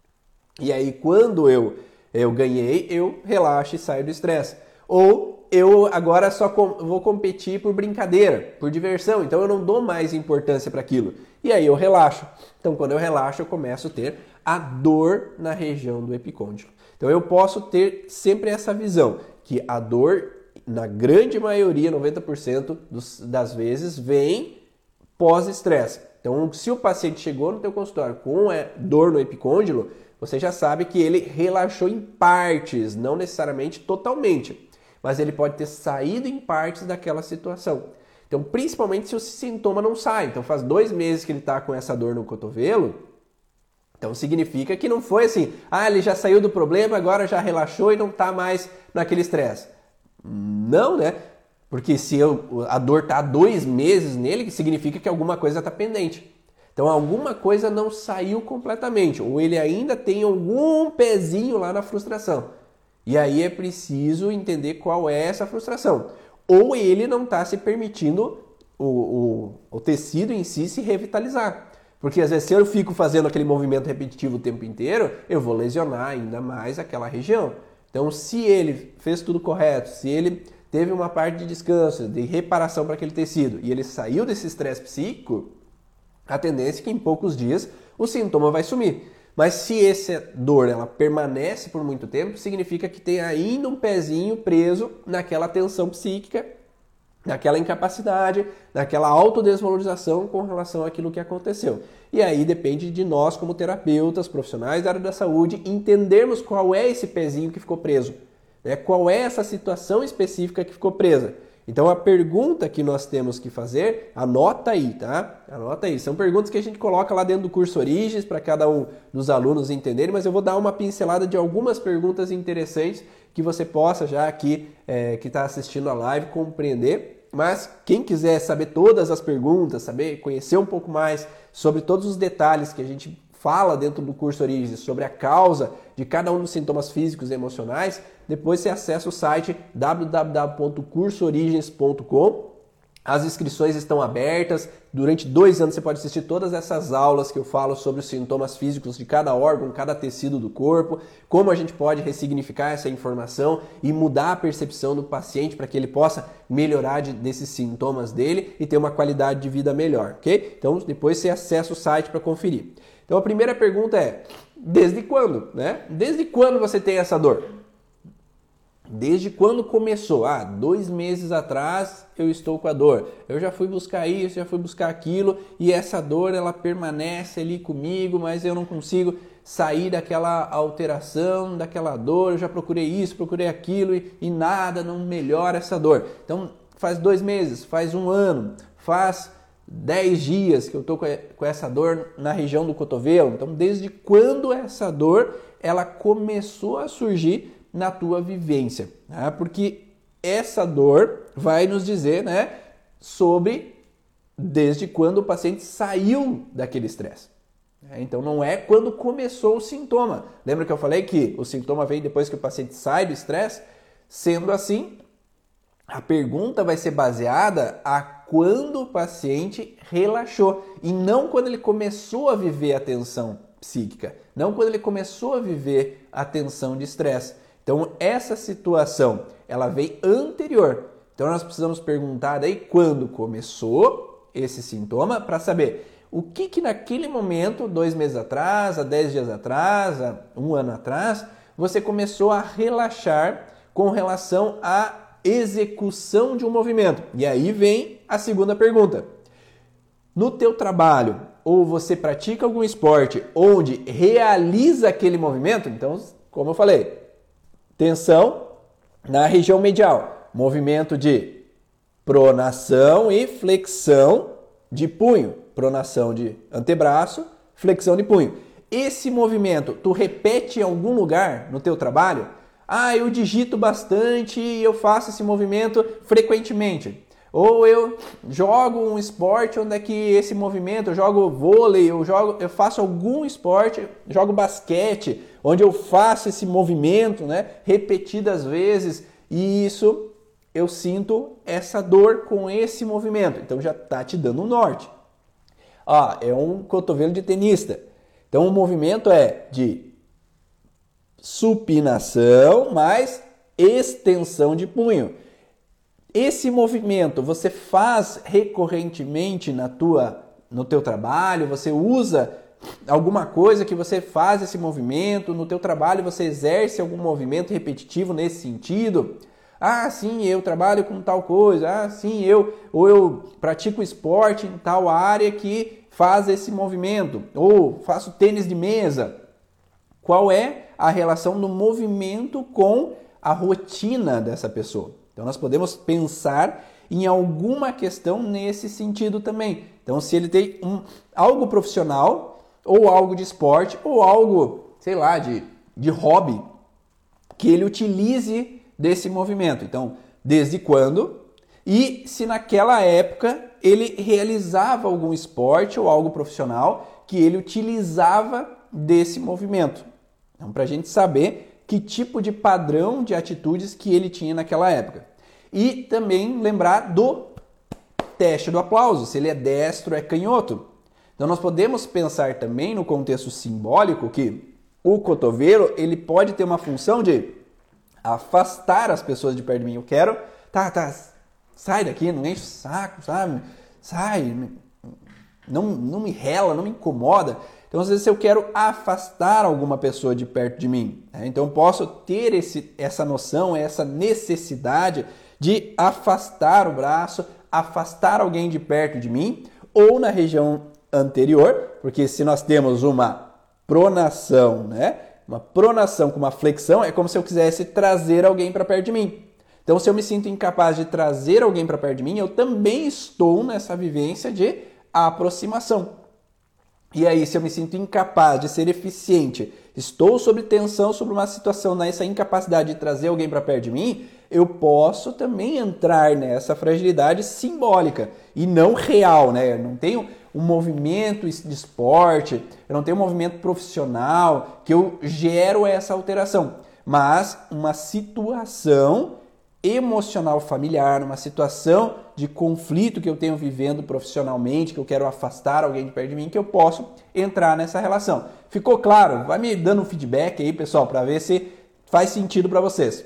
E aí, quando eu, eu ganhei, eu relaxo e saio do estresse. Ou eu agora só com, vou competir por brincadeira, por diversão, então eu não dou mais importância para aquilo. E aí eu relaxo. Então quando eu relaxo eu começo a ter a dor na região do epicôndilo. Então eu posso ter sempre essa visão, que a dor, na grande maioria, noventa por cento dos, das vezes, vem pós-estresse. Então se o paciente chegou no teu consultório com dor no epicôndilo, você já sabe que ele relaxou em partes, não necessariamente totalmente. Mas ele pode ter saído em partes daquela situação. Então, principalmente se o sintoma não sai. Então, faz dois meses que ele está com essa dor no cotovelo, então significa que não foi assim, ah, ele já saiu do problema, agora já relaxou e não está mais naquele estresse. Não, né? Porque se eu, a dor está há dois meses nele, significa que alguma coisa está pendente. Então, alguma coisa não saiu completamente, ou ele ainda tem algum pezinho lá na frustração. E aí é preciso entender qual é essa frustração. Ou ele não está se permitindo o, o, o tecido em si se revitalizar. Porque às vezes se eu fico fazendo aquele movimento repetitivo o tempo inteiro, eu vou lesionar ainda mais aquela região. Então se ele fez tudo correto, se ele teve uma parte de descanso, de reparação para aquele tecido e ele saiu desse estresse psíquico, a tendência é que em poucos dias o sintoma vai sumir. Mas se essa dor ela permanece por muito tempo, significa que tem ainda um pezinho preso naquela tensão psíquica, naquela incapacidade, naquela autodesvalorização com relação àquilo que aconteceu. E aí depende de nós, como terapeutas, profissionais da área da saúde, entendermos qual é esse pezinho que ficou preso, né? Qual é essa situação específica que ficou presa. Então a pergunta que nós temos que fazer, anota aí, tá? Anota aí. São perguntas que a gente coloca lá dentro do curso Origens para cada um dos alunos entenderem, mas eu vou dar uma pincelada de algumas perguntas interessantes que você possa já aqui, é, que está assistindo a live, compreender. Mas quem quiser saber todas as perguntas, saber, conhecer um pouco mais sobre todos os detalhes que a gente fala dentro do curso Origens, sobre a causa de cada um dos sintomas físicos e emocionais, depois você acessa o site w w w ponto curso origens ponto com. As inscrições estão abertas. Durante dois anos você pode assistir todas essas aulas que eu falo sobre os sintomas físicos de cada órgão, cada tecido do corpo, como a gente pode ressignificar essa informação e mudar a percepção do paciente para que ele possa melhorar de, desses sintomas dele e ter uma qualidade de vida melhor, ok? Então depois você acessa o site para conferir. Então a primeira pergunta é, desde quando, né? Desde quando você tem essa dor? Desde quando começou? Ah, dois meses atrás eu estou com a dor. Eu já fui buscar isso, já fui buscar aquilo e essa dor ela permanece ali comigo, mas eu não consigo sair daquela alteração, daquela dor. Eu já procurei isso, procurei aquilo e, e nada, não melhora essa dor. Então faz dois meses, faz um ano, faz dez dias que eu estou com essa dor na região do cotovelo. Então desde quando essa dor ela começou a surgir na tua vivência, né? Porque essa dor vai nos dizer, né, sobre desde quando o paciente saiu daquele estresse. Então não é quando começou o sintoma. Lembra que eu falei que o sintoma vem depois que o paciente sai do estresse? Sendo assim, a pergunta vai ser baseada a quando o paciente relaxou e não quando ele começou a viver a tensão psíquica, não quando ele começou a viver a tensão de estresse. Então, essa situação, ela vem anterior. Então, nós precisamos perguntar daí quando começou esse sintoma para saber o que que naquele momento, dois meses atrás, há dez dias atrás, há um ano atrás, você começou a relaxar com relação a execução de um movimento. E aí vem a segunda pergunta. No teu trabalho, ou você pratica algum esporte onde realiza aquele movimento, então, como eu falei, tensão na região medial, movimento de pronação e flexão de punho, pronação de antebraço, flexão de punho. Esse movimento, tu repete em algum lugar no teu trabalho? Ah, eu digito bastante e eu faço esse movimento frequentemente. Ou eu jogo um esporte onde é que esse movimento, eu jogo vôlei, eu, jogo, eu faço algum esporte, jogo basquete, onde eu faço esse movimento, né, repetidas vezes, e isso eu sinto essa dor com esse movimento. Então já está te dando um norte. Ah, é um cotovelo de tenista. Então o movimento é de supinação mais extensão de punho. Esse movimento você faz recorrentemente na tua, no teu trabalho, você usa alguma coisa que você faz esse movimento, no teu trabalho você exerce algum movimento repetitivo nesse sentido. Ah, sim, eu trabalho com tal coisa. Ah, sim, eu ou eu pratico esporte em tal área que faz esse movimento, ou faço tênis de mesa. Qual é a relação do movimento com a rotina dessa pessoa? Então nós podemos pensar em alguma questão nesse sentido também. Então se ele tem um, algo profissional, ou algo de esporte, ou algo, sei lá, de, de hobby, que ele utilize desse movimento. Então, desde quando? E se naquela época ele realizava algum esporte ou algo profissional que ele utilizava desse movimento. Então, para a gente saber que tipo de padrão de atitudes que ele tinha naquela época. E também lembrar do teste do aplauso, se ele é destro ou é canhoto. Então nós podemos pensar também no contexto simbólico que o cotovelo ele pode ter uma função de afastar as pessoas de perto de mim. Eu quero, tá, tá, sai daqui, não enche o saco, sabe? Sai, não, não me rela, não me incomoda. Então, às vezes, eu quero afastar alguma pessoa de perto de mim. Né? Então, eu posso ter esse, essa noção, essa necessidade de afastar o braço, afastar alguém de perto de mim, ou na região anterior, porque se nós temos uma pronação, né? Uma pronação com uma flexão, é como se eu quisesse trazer alguém para perto de mim. Então, se eu me sinto incapaz de trazer alguém para perto de mim, eu também estou nessa vivência de aproximação. E aí, se eu me sinto incapaz de ser eficiente, estou sob tensão sobre uma situação, nessa incapacidade de trazer alguém para perto de mim, eu posso também entrar nessa fragilidade simbólica e não real, né? Eu não tenho um movimento de esporte, eu não tenho um movimento profissional que eu gero essa alteração, mas uma situação emocional familiar, uma situação de conflito que eu tenho vivendo profissionalmente, que eu quero afastar alguém de perto de mim, que eu posso entrar nessa relação. Ficou claro? Vai me dando um feedback aí, pessoal, para ver se faz sentido para vocês.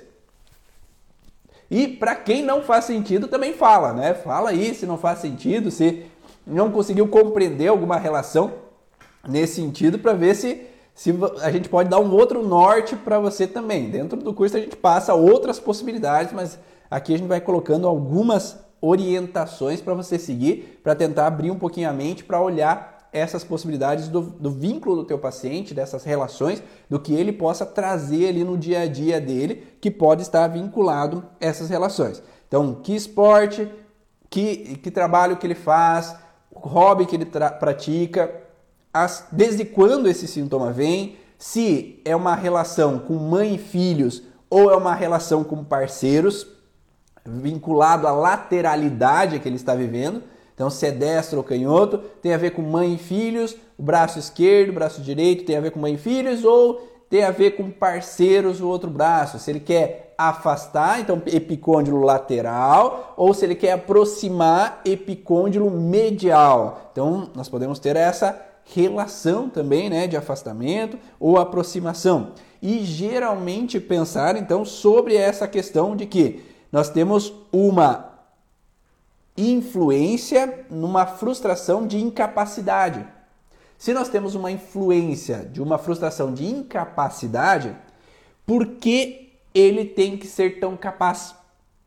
E para quem não faz sentido, também fala, né? Fala aí se não faz sentido, se não conseguiu compreender alguma relação nesse sentido, para ver se Se a gente pode dar um outro norte para você também. Dentro do curso a gente passa outras possibilidades, mas aqui a gente vai colocando algumas orientações para você seguir, para tentar abrir um pouquinho a mente, para olhar essas possibilidades do, do vínculo do teu paciente, dessas relações, do que ele possa trazer ali no dia a dia dele, que pode estar vinculado a essas relações. Então, que esporte, que, que trabalho que ele faz, o hobby que ele pratica, As, desde quando esse sintoma vem, se é uma relação com mãe e filhos ou é uma relação com parceiros, vinculado à lateralidade que ele está vivendo. Então, se é destro ou canhoto, tem a ver com mãe e filhos, o braço esquerdo, o braço direito tem a ver com mãe e filhos, ou tem a ver com parceiros, o outro braço. Se ele quer afastar, então epicôndilo lateral, ou se ele quer aproximar, epicôndilo medial. Então, nós podemos ter essa relação também, né, de afastamento ou aproximação. E geralmente pensar então sobre essa questão de que nós temos uma influência numa frustração de incapacidade. Se nós temos uma influência de uma frustração de incapacidade, por que ele tem que ser tão capaz?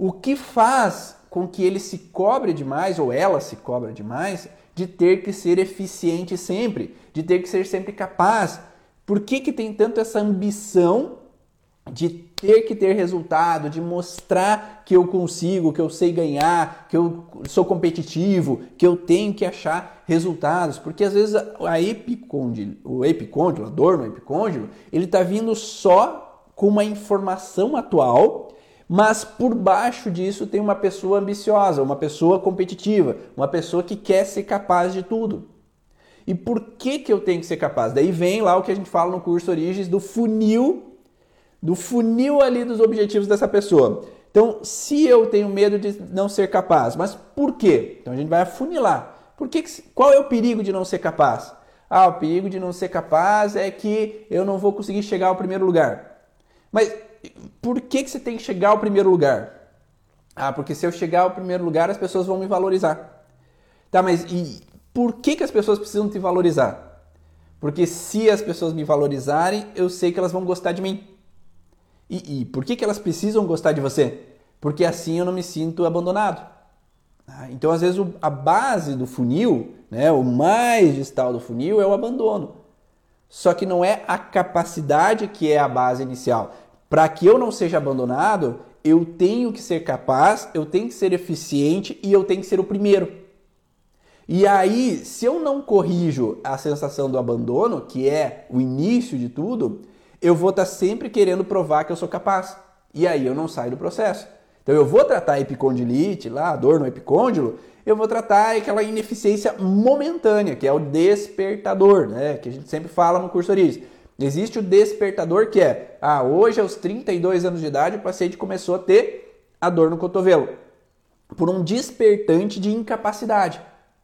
o que faz com que ele se cobre demais, ou ela se cobra demais, de ter que ser eficiente sempre, de ter que ser sempre capaz. Por que que tem tanto essa ambição de ter que ter resultado, de mostrar que eu consigo, que eu sei ganhar, que eu sou competitivo, que eu tenho que achar resultados? Porque às vezes a epicôndilo, o epicôndilo, a dor no epicôndilo, ele está vindo só com uma informação atual, mas por baixo disso tem uma pessoa ambiciosa, uma pessoa competitiva, uma pessoa que quer ser capaz de tudo. E por que que eu tenho que ser capaz? Daí vem lá o que a gente fala no curso Origens do funil, do funil ali dos objetivos dessa pessoa. Então, se eu tenho medo de não ser capaz, mas por quê? Então a gente vai afunilar. Por que que, qual é o perigo de não ser capaz? Ah, o perigo de não ser capaz é que eu não vou conseguir chegar ao primeiro lugar. Mas por que que você tem que chegar ao primeiro lugar? Ah, porque se eu chegar ao primeiro lugar, as pessoas vão me valorizar. Tá, mas e por que que as pessoas precisam te valorizar? Porque se as pessoas me valorizarem, eu sei que elas vão gostar de mim. E, e por que que elas precisam gostar de você? Porque assim eu não me sinto abandonado. Ah, então, às vezes, o, a base do funil, né, o mais distal do funil é o abandono. Só que não é a capacidade que é a base inicial. Para que eu não seja abandonado, eu tenho que ser capaz, eu tenho que ser eficiente e eu tenho que ser o primeiro. E aí, se eu não corrijo a sensação do abandono, que é o início de tudo, eu vou estar sempre querendo provar que eu sou capaz. E aí eu não saio do processo. Então eu vou tratar a epicondilite, lá, a dor no epicôndilo, eu vou tratar aquela ineficiência momentânea, que é o despertador, né? Que a gente sempre fala no curso Origens. Existe o despertador que é, ah, hoje aos trinta e dois anos de idade o paciente começou a ter a dor no cotovelo, por um despertante de incapacidade.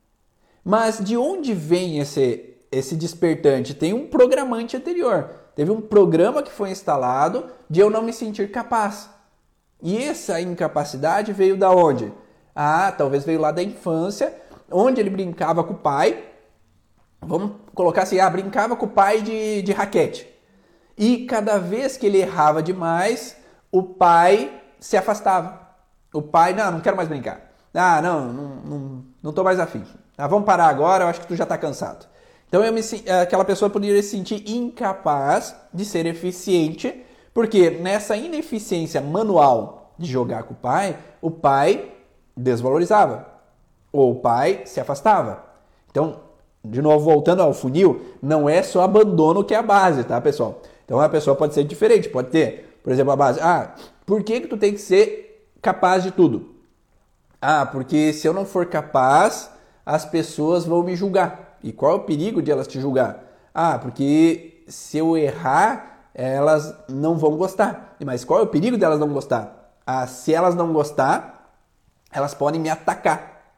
Mas de onde vem esse, esse despertante? Tem um programante anterior. Teve um programa que foi instalado de eu não me sentir capaz. E essa incapacidade veio da onde? Ah, talvez veio lá da infância, onde ele brincava com o pai. Vamos colocar assim, ah, brincava com o pai de, de raquete. E cada vez que ele errava demais, o pai se afastava. O pai, não, não quero mais brincar. Ah, não, não, não, não tô mais afim. Ah, vamos parar agora, eu acho que tu já tá cansado. Então eu me, aquela pessoa poderia se sentir incapaz de ser eficiente, porque nessa ineficiência manual de jogar com o pai, o pai desvalorizava, ou o pai se afastava. Então, de novo, voltando ao funil, não é só abandono que é a base, tá, pessoal? Então a pessoa pode ser diferente, pode ter, por exemplo, a base, ah, por que que tu tem que ser capaz de tudo? Ah, porque se eu não for capaz, as pessoas vão me julgar. E qual é o perigo de elas te julgar? Ah, porque se eu errar, elas não vão gostar. Mas qual é o perigo delas não gostar? Ah, se elas não gostar, elas podem me atacar.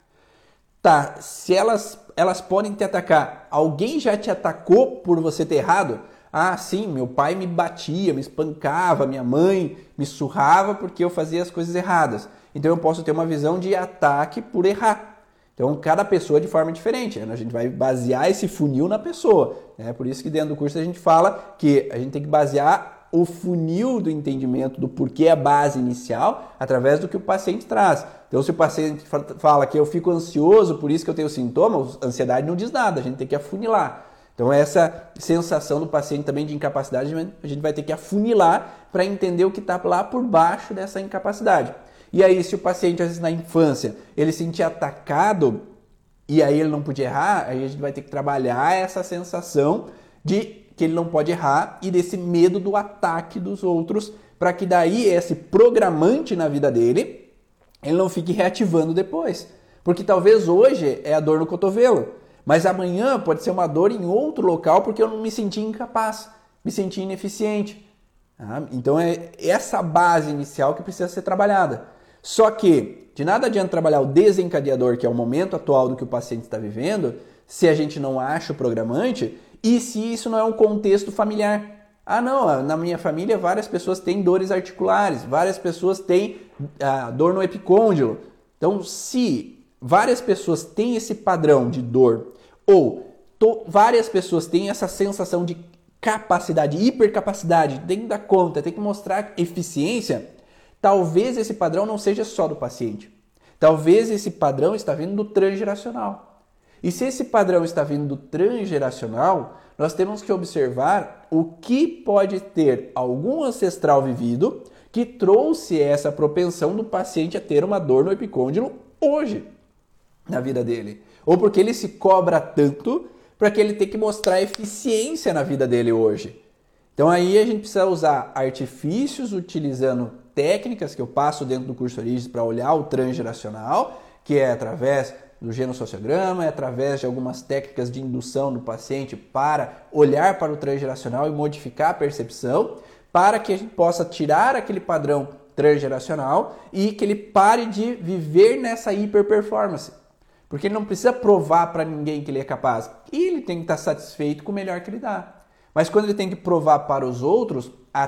Tá, se elas, elas podem te atacar, alguém já te atacou por você ter errado? Ah, sim, meu pai me batia, me espancava, minha mãe me surrava porque eu fazia as coisas erradas. Então eu posso ter uma visão de ataque por errar. Então, cada pessoa é de forma diferente. A gente vai basear esse funil na pessoa. É por isso que dentro do curso a gente fala que a gente tem que basear o funil do entendimento do porquê a base inicial através do que o paciente traz. Então, se o paciente fala que eu fico ansioso, por isso que eu tenho sintomas, ansiedade não diz nada, a gente tem que afunilar. Então, essa sensação do paciente também de incapacidade, a gente vai ter que afunilar para entender o que está lá por baixo dessa incapacidade. E aí, se o paciente, às vezes, na infância, ele se sentia atacado e aí ele não podia errar, aí a gente vai ter que trabalhar essa sensação de que ele não pode errar e desse medo do ataque dos outros, para que daí esse programante na vida dele, ele não fique reativando depois. Porque talvez hoje é a dor no cotovelo, mas amanhã pode ser uma dor em outro local porque eu não me senti incapaz, me senti ineficiente. Ah, então é essa base inicial que precisa ser trabalhada. Só que de nada adianta trabalhar o desencadeador, que é o momento atual do que o paciente está vivendo, se a gente não acha o programante e se isso não é um contexto familiar. Ah, não, na minha família várias pessoas têm dores articulares, várias pessoas têm ah, dor no epicôndilo. Então, se várias pessoas têm esse padrão de dor ou to, várias pessoas têm essa sensação de capacidade, hipercapacidade, tem que dar conta, tem que mostrar eficiência, Talvez esse padrão não seja só do paciente. Talvez esse padrão está vindo do transgeracional. E se esse padrão está vindo do transgeracional, nós temos que observar o que pode ter algum ancestral vivido que trouxe essa propensão do paciente a ter uma dor no epicôndilo hoje, na vida dele. Ou porque ele se cobra tanto para que ele tenha que mostrar eficiência na vida dele hoje. Então aí a gente precisa usar artifícios utilizando técnicas que eu passo dentro do curso Origens para olhar o transgeracional, que é através do genossociograma, é através de algumas técnicas de indução do paciente para olhar para o transgeracional e modificar a percepção, para que a gente possa tirar aquele padrão transgeracional e que ele pare de viver nessa hiperperformance. Porque ele não precisa provar para ninguém que ele é capaz. E ele tem que estar satisfeito com o melhor que ele dá. Mas quando ele tem que provar para os outros, a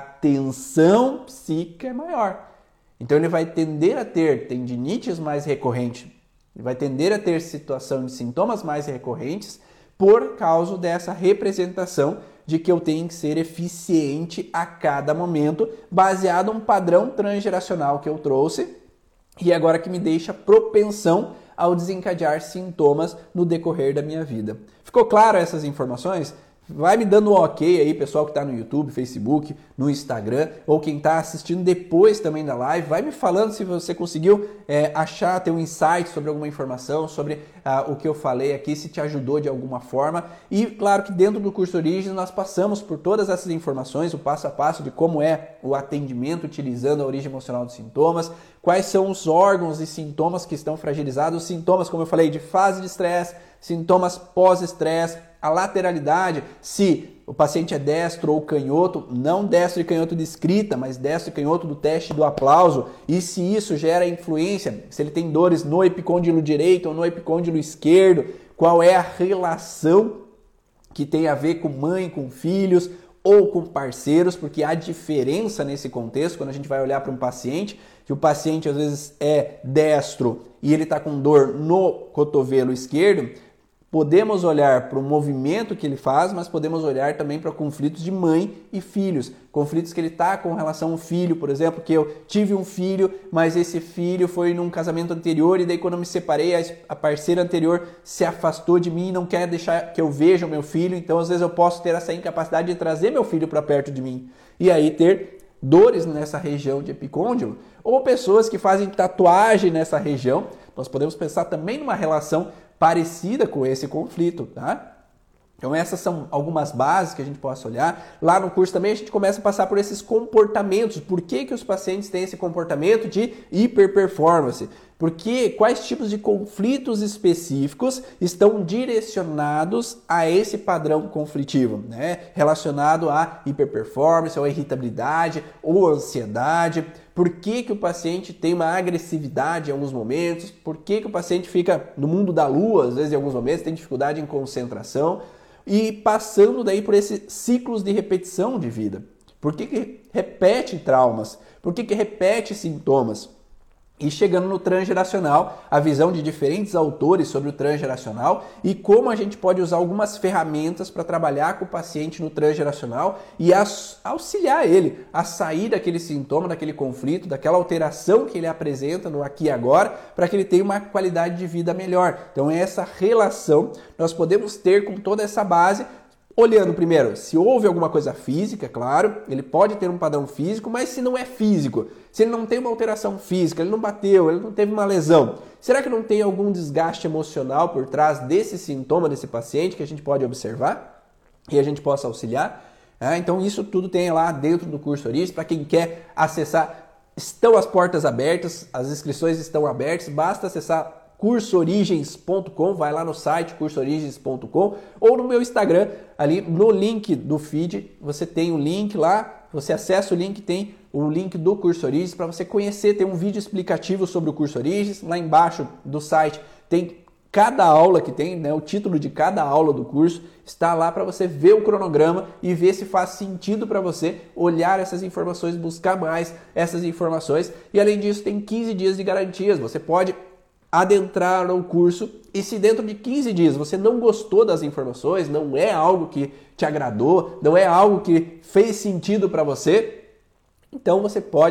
tensão psíquica é maior. Então ele vai tender a ter tendinites mais recorrentes. Ele vai tender a ter situação de sintomas mais recorrentes por causa dessa representação de que eu tenho que ser eficiente a cada momento, baseado em um padrão transgeracional que eu trouxe e agora que me deixa propensão ao desencadear sintomas no decorrer da minha vida. Ficou claro essas informações? Vai me dando um ok aí, pessoal que está no YouTube, Facebook, no Instagram, ou quem está assistindo depois também da live, vai me falando se você conseguiu é, achar, ter um insight sobre alguma informação, sobre ah, o que eu falei aqui, se te ajudou de alguma forma. E claro que dentro do curso Origens nós passamos por todas essas informações, o passo a passo de como é o atendimento utilizando a origem emocional dos sintomas, quais são os órgãos e sintomas que estão fragilizados, os sintomas, como eu falei, de fase de estresse, sintomas pós-estresse, a lateralidade, se o paciente é destro ou canhoto, não destro e canhoto de escrita, mas destro e canhoto do teste do aplauso, e se isso gera influência, se ele tem dores no epicôndilo direito ou no epicôndilo esquerdo, qual é a relação que tem a ver com mãe, com filhos ou com parceiros, porque há diferença nesse contexto quando a gente vai olhar para um paciente, que o paciente às vezes é destro e ele está com dor no cotovelo esquerdo. Podemos olhar para o movimento que ele faz, mas podemos olhar também para conflitos de mãe e filhos. Conflitos que ele está com relação ao filho, por exemplo, que eu tive um filho, mas esse filho foi num casamento anterior e daí quando eu me separei, a parceira anterior se afastou de mim e não quer deixar que eu veja o meu filho. Então, às vezes eu posso ter essa incapacidade de trazer meu filho para perto de mim. E aí ter dores nessa região de epicôndilo. Ou pessoas que fazem tatuagem nessa região. Nós podemos pensar também numa relação parecida com esse conflito, tá? Então essas são algumas bases que a gente possa olhar. Lá no curso também a gente começa a passar por esses comportamentos. Por que que os pacientes têm esse comportamento de hiperperformance? Porque quais tipos de conflitos específicos estão direcionados a esse padrão conflitivo, né? Relacionado à hiperperformance, ou irritabilidade, ou ansiedade. Por que que o paciente tem uma agressividade em alguns momentos? Por que que o paciente fica no mundo da lua, às vezes em alguns momentos, tem dificuldade em concentração? E passando daí por esses ciclos de repetição de vida. Por que que repete traumas? Por que que repete sintomas? E chegando no transgeracional, a visão de diferentes autores sobre o transgeracional e como a gente pode usar algumas ferramentas para trabalhar com o paciente no transgeracional e auxiliar ele a sair daquele sintoma, daquele conflito, daquela alteração que ele apresenta no aqui e agora, para que ele tenha uma qualidade de vida melhor. Então essa relação nós podemos ter com toda essa base, olhando primeiro, se houve alguma coisa física, claro, ele pode ter um padrão físico, mas se não é físico, se ele não tem uma alteração física, ele não bateu, ele não teve uma lesão, será que não tem algum desgaste emocional por trás desse sintoma desse paciente que a gente pode observar e a gente possa auxiliar? É, então isso tudo tem lá dentro do curso Origens, para quem quer acessar, estão as portas abertas, as inscrições estão abertas, basta acessar curso origens ponto com, vai lá no site curso origens ponto com ou no meu Instagram, ali no link do feed, você tem o link lá, você acessa o link, tem o link do Curso Origens para você conhecer, tem um vídeo explicativo sobre o Curso Origens, lá embaixo do site tem cada aula que tem, né, o título de cada aula do curso, está lá para você ver o cronograma e ver se faz sentido para você olhar essas informações, buscar mais essas informações e além disso tem quinze dias de garantias, você pode adentrar no curso e se dentro de quinze dias você não gostou das informações, não é algo que te agradou, não é algo que fez sentido para você, então você pode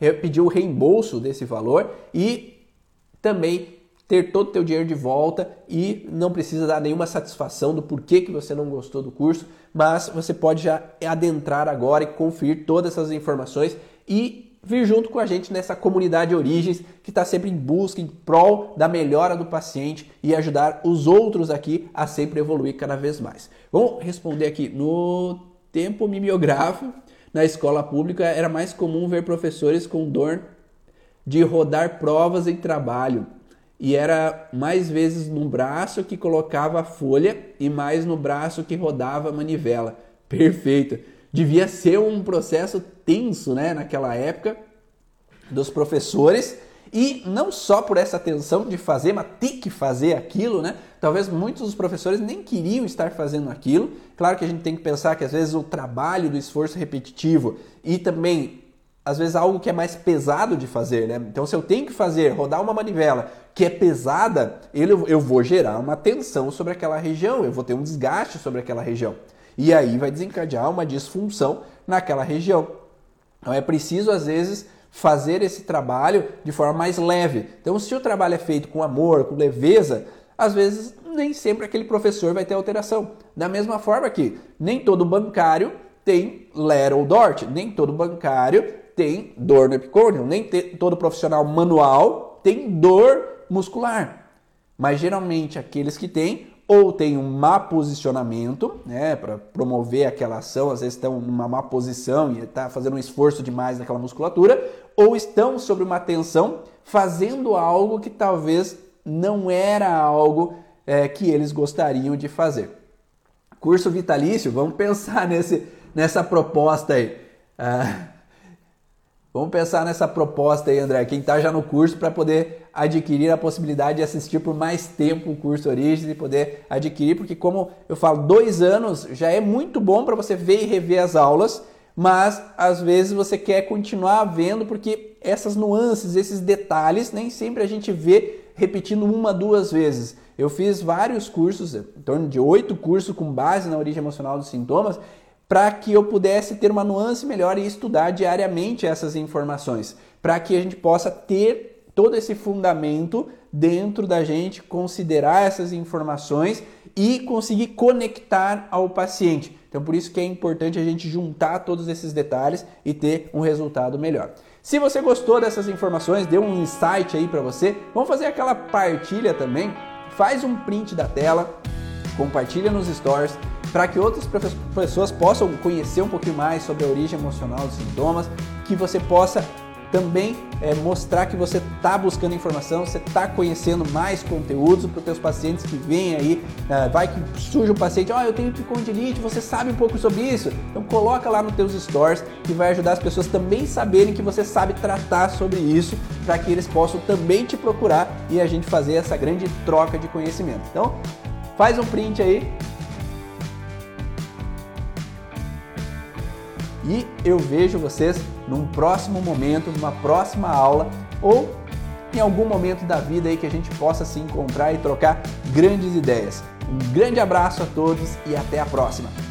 pedir o reembolso desse valor e também ter todo o teu dinheiro de volta e não precisa dar nenhuma satisfação do porquê que você não gostou do curso, mas você pode já adentrar agora e conferir todas essas informações e vir junto com a gente nessa comunidade Origens que está sempre em busca, em prol da melhora do paciente e ajudar os outros aqui a sempre evoluir cada vez mais. Vamos responder aqui. No tempo mimeógrafo, na escola pública, era mais comum ver professores com dor de rodar provas em trabalho. E era mais vezes no braço que colocava a folha e mais no braço que rodava a manivela. Perfeito. Devia ser um processo tenso, né, naquela época dos professores. E não só por essa tensão de fazer, mas ter que fazer aquilo, né? Talvez muitos dos professores nem queriam estar fazendo aquilo. Claro que a gente tem que pensar que às vezes o trabalho do esforço repetitivo e também às vezes algo que é mais pesado de fazer, né? Então, se eu tenho que fazer, rodar uma manivela que é pesada, eu, eu vou gerar uma tensão sobre aquela região, eu vou ter um desgaste sobre aquela região. E aí vai desencadear uma disfunção naquela região. Então, é preciso, às vezes, fazer esse trabalho de forma mais leve. Então, se o trabalho é feito com amor, com leveza, às vezes nem sempre aquele professor vai ter alteração. Da mesma forma que nem todo bancário tem Ler ou Dort, nem todo bancário tem dor no epicôndio, nem te, todo profissional manual tem dor muscular. Mas geralmente aqueles que têm ou têm um má posicionamento, né, para promover aquela ação, às vezes estão numa má posição e está fazendo um esforço demais naquela musculatura, ou estão sob uma tensão fazendo algo que talvez não era algo é, que eles gostariam de fazer. Curso vitalício, vamos pensar nesse, nessa proposta aí. Ah, Vamos pensar nessa proposta aí, André, quem está já no curso para poder adquirir a possibilidade de assistir por mais tempo o curso Origens e poder adquirir, porque como eu falo, dois anos já é muito bom para você ver e rever as aulas, mas às vezes você quer continuar vendo porque essas nuances, esses detalhes, nem sempre a gente vê repetindo uma, duas vezes. Eu fiz vários cursos, em torno de oito cursos com base na origem emocional dos sintomas, para que eu pudesse ter uma nuance melhor e estudar diariamente essas informações, para que a gente possa ter todo esse fundamento dentro da gente, considerar essas informações e conseguir conectar ao paciente. Então, por isso que é importante a gente juntar todos esses detalhes e ter um resultado melhor. Se você gostou dessas informações, deu um insight aí para você, vamos fazer aquela partilha também, faz um print da tela, compartilha nos stories, para que outras pessoas possam conhecer um pouquinho mais sobre a origem emocional dos sintomas, que você possa também é, mostrar que você está buscando informação, você está conhecendo mais conteúdos para os teus pacientes que vêm aí, é, vai que surge um paciente, ó, oh, eu tenho epicondilite, você sabe um pouco sobre isso? Então coloca lá nos teus stories, que vai ajudar as pessoas também saberem que você sabe tratar sobre isso, para que eles possam também te procurar e a gente fazer essa grande troca de conhecimento. Então, faz um print aí, e eu vejo vocês num próximo momento, numa próxima aula ou em algum momento da vida aí que a gente possa se encontrar e trocar grandes ideias. Um grande abraço a todos e até a próxima!